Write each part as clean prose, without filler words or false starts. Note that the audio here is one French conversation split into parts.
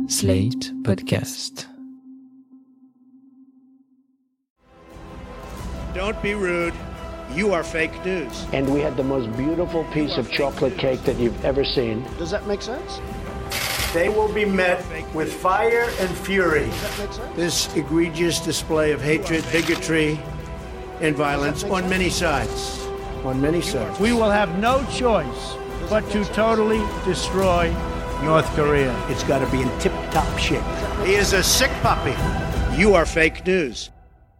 Slate Podcast. Don't be rude. You are fake news. And we had the most beautiful piece of chocolate cake that you've ever seen. Does that make sense? They will be met with fire and fury. This egregious display of hatred, bigotry, and violence on many sides. On many sides. We will have no choice but to totally destroy North Korea. It's got to be in tip-top shape. He is a sick puppy. You are fake news.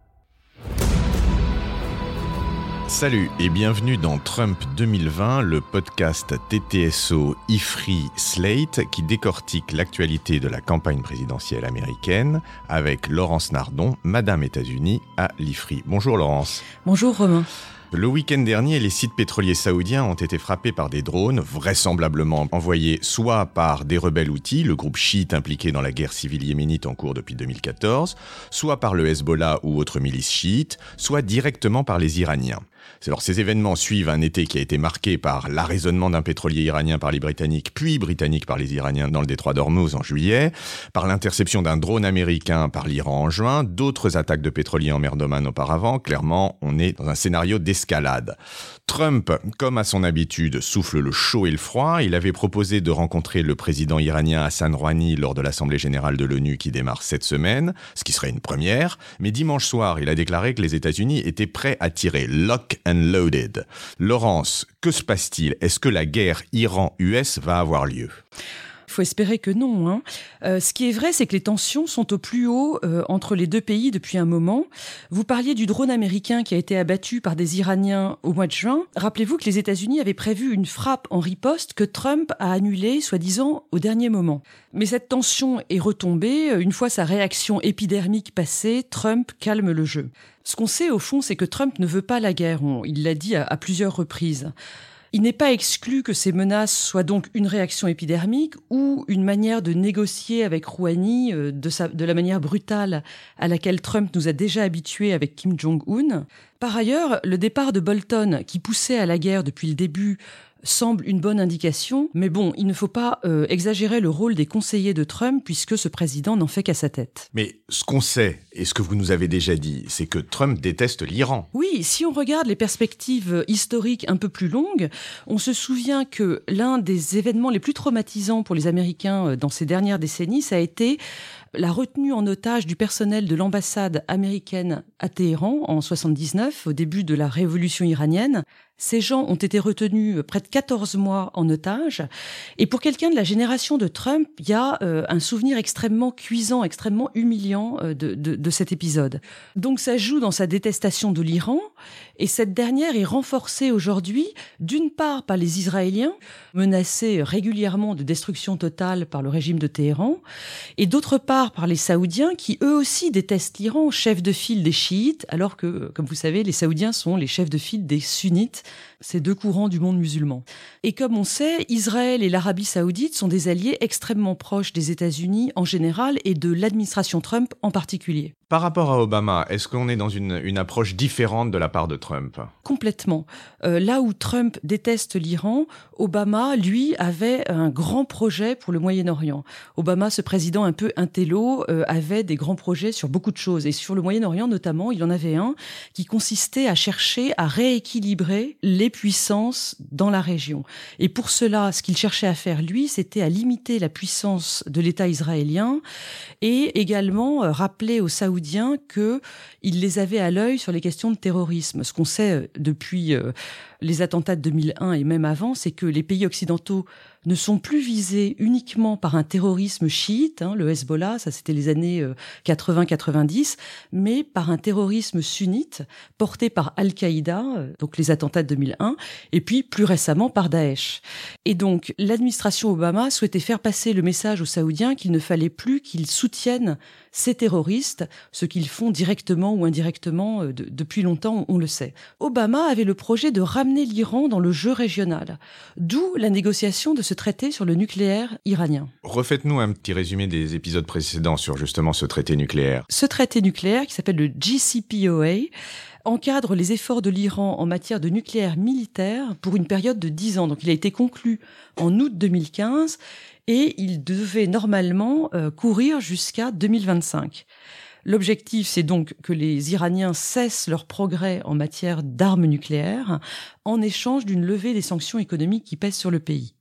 Salut et bienvenue dans Trump 2020, le podcast TTSO IFRI Slate qui décortique l'actualité de la campagne présidentielle américaine avec Laurence Nardon, Madame États-Unis à l'IFRI. Bonjour Laurence. Bonjour Romain. Le week-end dernier, les sites pétroliers saoudiens ont été frappés par des drones, vraisemblablement envoyés soit par des rebelles houthis, le groupe chiite impliqué dans la guerre civile yéménite en cours depuis 2014, soit par le Hezbollah ou autres milices chiites, soit directement par les Iraniens. Alors, ces événements suivent un été qui a été marqué par l'arraisonnement d'un pétrolier iranien par les Britanniques, puis britannique par les Iraniens dans le détroit d'Ormuz en juillet, par l'interception d'un drone américain par l'Iran en juin, d'autres attaques de pétroliers en mer d'Oman auparavant. Clairement, on est dans un scénario d'escalade. Trump, comme à son habitude, souffle le chaud et le froid. Il avait proposé de rencontrer le président iranien Hassan Rouhani lors de l'Assemblée générale de l'ONU qui démarre cette semaine, ce qui serait une première. Mais dimanche soir, il a déclaré que les États-Unis étaient prêts à tirer lock and loaded. Laurence, que se passe-t-il ? Est-ce que la guerre Iran-US va avoir lieu ? Il faut espérer que non. Ce qui est vrai, c'est que les tensions sont au plus haut entre les deux pays depuis un moment. Vous parliez du drone américain qui a été abattu par des Iraniens au mois de juin. Rappelez-vous que les États-Unis avaient prévu une frappe en riposte que Trump a annulée, soi-disant, au dernier moment. Mais cette tension est retombée. Une fois sa réaction épidermique passée, Trump calme le jeu. Ce qu'on sait, au fond, c'est que Trump ne veut pas la guerre. Il l'a dit à plusieurs reprises. Il n'est pas exclu que ces menaces soient donc une réaction épidermique ou une manière de négocier avec Rouhani de la manière brutale à laquelle Trump nous a déjà habitués avec Kim Jong-un. Par ailleurs, le départ de Bolton, qui poussait à la guerre depuis le début, semble une bonne indication, mais bon, il ne faut pas exagérer le rôle des conseillers de Trump puisque ce président n'en fait qu'à sa tête. Mais ce qu'on sait, et ce que vous nous avez déjà dit, c'est que Trump déteste l'Iran. Oui, si on regarde les perspectives historiques un peu plus longues, on se souvient que l'un des événements les plus traumatisants pour les Américains dans ces dernières décennies, ça a été la retenue en otage du personnel de l'ambassade américaine à Téhéran en 1979, au début de la révolution iranienne. Ces gens ont été retenus près de 14 mois en otage. Et pour quelqu'un de la génération de Trump, il y a un souvenir extrêmement cuisant, extrêmement humiliant de cet épisode. Donc ça joue dans sa détestation de l'Iran. Et cette dernière est renforcée aujourd'hui, d'une part par les Israéliens, menacés régulièrement de destruction totale par le régime de Téhéran, et d'autre part par les Saoudiens qui eux aussi détestent l'Iran, chef de file des chiites, alors que, comme vous savez, les Saoudiens sont les chefs de file des sunnites, ces deux courants du monde musulman. Et comme on sait, Israël et l'Arabie saoudite sont des alliés extrêmement proches des États-Unis en général et de l'administration Trump en particulier. Par rapport à Obama, est-ce qu'on est dans une approche différente de la part de Trump ? Complètement. Là où Trump déteste l'Iran, Obama, lui, avait un grand projet pour le Moyen-Orient. Obama, ce président un peu intello, avait des grands projets sur beaucoup de choses. Et sur le Moyen-Orient, notamment, il en avait un qui consistait à chercher à rééquilibrer les puissances dans la région. Et pour cela, ce qu'il cherchait à faire, lui, c'était à limiter la puissance de l'État israélien et également rappeler aux Saoudiens qu'il les avait à l'œil sur les questions de terrorisme. Ce qu'on sait depuis les attentats de 2001 et même avant, c'est que les pays occidentaux ne sont plus visés uniquement par un terrorisme chiite, le Hezbollah, ça c'était les années 80-90, mais par un terrorisme sunnite porté par Al-Qaïda, donc les attentats de 2001, et puis plus récemment par Daesh. Et donc l'administration Obama souhaitait faire passer le message aux Saoudiens qu'il ne fallait plus qu'ils soutiennent ces terroristes, ce qu'ils font directement ou indirectement depuis longtemps, on le sait. Obama avait le projet de ramener l'Iran dans le jeu régional, d'où la négociation de ce traité sur le nucléaire iranien. Refaites-nous un petit résumé des épisodes précédents sur justement ce traité nucléaire. Ce traité nucléaire, qui s'appelle le JCPOA, encadre les efforts de l'Iran en matière de nucléaire militaire pour une période de 10 ans. Donc il a été conclu en août 2015 et il devait normalement courir jusqu'à 2025. L'objectif, c'est donc que les Iraniens cessent leur progrès en matière d'armes nucléaires en échange d'une levée des sanctions économiques qui pèsent sur le pays.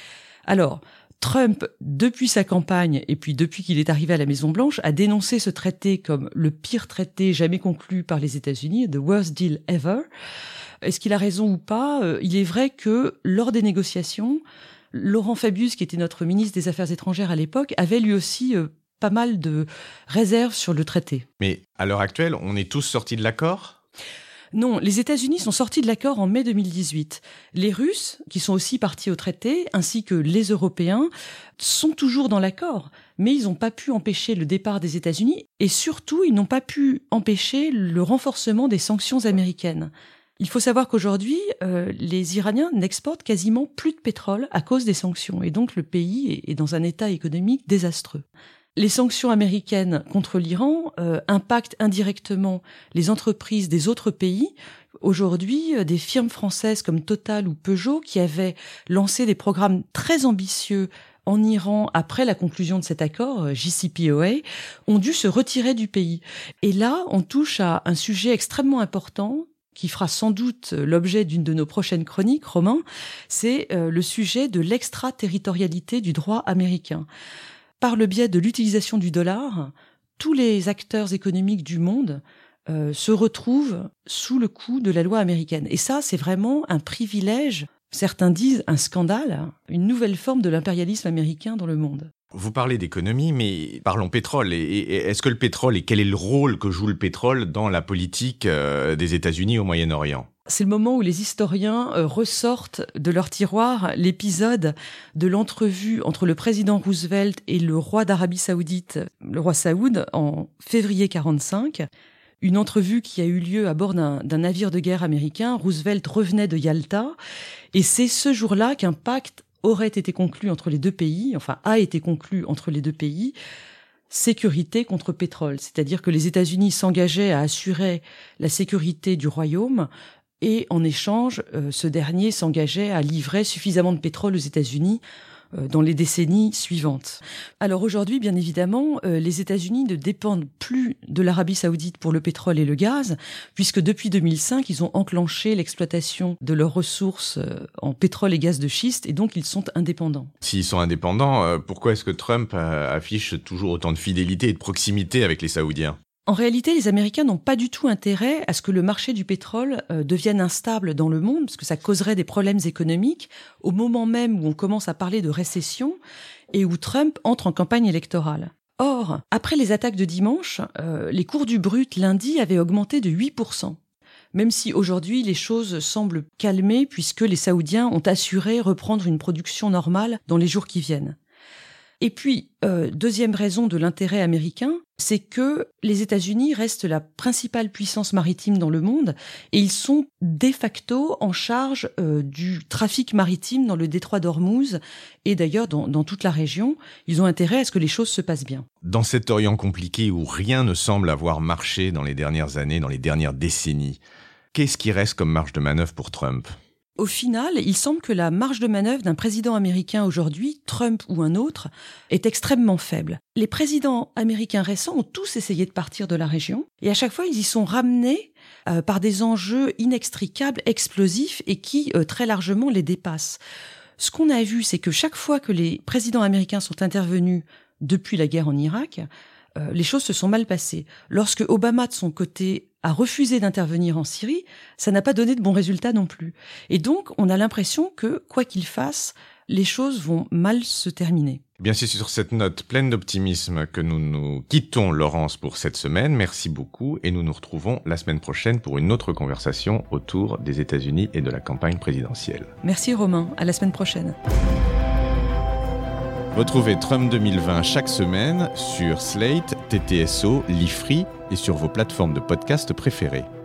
Alors, Trump, depuis sa campagne et puis depuis qu'il est arrivé à la Maison-Blanche, a dénoncé ce traité comme le pire traité jamais conclu par les États-Unis, the worst deal ever. Est-ce qu'il a raison ou pas ? Il est vrai que lors des négociations, Laurent Fabius, qui était notre ministre des Affaires étrangères à l'époque, avait lui aussi pas mal de réserves sur le traité. Mais à l'heure actuelle, on est tous sortis de l'accord ? Non, les États-Unis sont sortis de l'accord en mai 2018. Les Russes, qui sont aussi partis au traité, ainsi que les Européens, sont toujours dans l'accord, mais ils n'ont pas pu empêcher le départ des États-Unis et surtout, ils n'ont pas pu empêcher le renforcement des sanctions américaines. Il faut savoir qu'aujourd'hui, les Iraniens n'exportent quasiment plus de pétrole à cause des sanctions et donc le pays est dans un état économique désastreux. Les sanctions américaines contre l'Iran impactent indirectement les entreprises des autres pays. Aujourd'hui, des firmes françaises comme Total ou Peugeot, qui avaient lancé des programmes très ambitieux en Iran après la conclusion de cet accord, JCPOA, ont dû se retirer du pays. Et là, on touche à un sujet extrêmement important qui fera sans doute l'objet d'une de nos prochaines chroniques, Romain, c'est le sujet de l'extraterritorialité du droit américain. Par le biais de l'utilisation du dollar, tous les acteurs économiques du monde se retrouvent sous le coup de la loi américaine. Et ça, c'est vraiment un privilège, certains disent un scandale, une nouvelle forme de l'impérialisme américain dans le monde. Vous parlez d'économie, mais parlons pétrole. Et est-ce que le pétrole, et quel est le rôle que joue le pétrole dans la politique des États-Unis au Moyen-Orient ? C'est le moment où les historiens ressortent de leur tiroir l'épisode de l'entrevue entre le président Roosevelt et le roi d'Arabie Saoudite, le roi Saoud, en février 1945. Une entrevue qui a eu lieu à bord d'un navire de guerre américain. Roosevelt revenait de Yalta. Et c'est ce jour-là qu'un pacte aurait été conclu entre les deux pays, enfin a été conclu entre les deux pays, sécurité contre pétrole. C'est-à-dire que les États-Unis s'engageaient à assurer la sécurité du royaume et en échange, ce dernier s'engageait à livrer suffisamment de pétrole aux États-Unis dans les décennies suivantes. Alors aujourd'hui, bien évidemment, les États-Unis ne dépendent plus de l'Arabie Saoudite pour le pétrole et le gaz, puisque depuis 2005, ils ont enclenché l'exploitation de leurs ressources en pétrole et gaz de schiste, et donc ils sont indépendants. S'ils sont indépendants, pourquoi est-ce que Trump affiche toujours autant de fidélité et de proximité avec les Saoudiens ? En réalité, les Américains n'ont pas du tout intérêt à ce que le marché du pétrole devienne instable dans le monde, parce que ça causerait des problèmes économiques au moment même où on commence à parler de récession et où Trump entre en campagne électorale. Or, après les attaques de dimanche, les cours du brut lundi avaient augmenté de 8%. Même si aujourd'hui les choses semblent calmer puisque les Saoudiens ont assuré reprendre une production normale dans les jours qui viennent. Et puis, deuxième raison de l'intérêt américain, c'est que les États-Unis restent la principale puissance maritime dans le monde et ils sont de facto en charge du trafic maritime dans le détroit d'Ormuz et d'ailleurs dans toute la région. Ils ont intérêt à ce que les choses se passent bien. Dans cet Orient compliqué où rien ne semble avoir marché dans les dernières années, dans les dernières décennies, qu'est-ce qui reste comme marge de manœuvre pour Trump ? Au final, il semble que la marge de manœuvre d'un président américain aujourd'hui, Trump ou un autre, est extrêmement faible. Les présidents américains récents ont tous essayé de partir de la région et à chaque fois, ils y sont ramenés par des enjeux inextricables, explosifs et qui très largement les dépassent. Ce qu'on a vu, c'est que chaque fois que les présidents américains sont intervenus depuis la guerre en Irak, les choses se sont mal passées. Lorsque Obama, de son côté, a refusé d'intervenir en Syrie, ça n'a pas donné de bons résultats non plus. Et donc, on a l'impression que, quoi qu'il fasse, les choses vont mal se terminer. Bien, c'est sur cette note pleine d'optimisme que nous nous quittons, Laurence, pour cette semaine. Merci beaucoup et nous nous retrouvons la semaine prochaine pour une autre conversation autour des États-Unis et de la campagne présidentielle. Merci Romain, à la semaine prochaine. Retrouvez Trump 2020 chaque semaine sur Slate, TTSO, Lifree et sur vos plateformes de podcast préférées.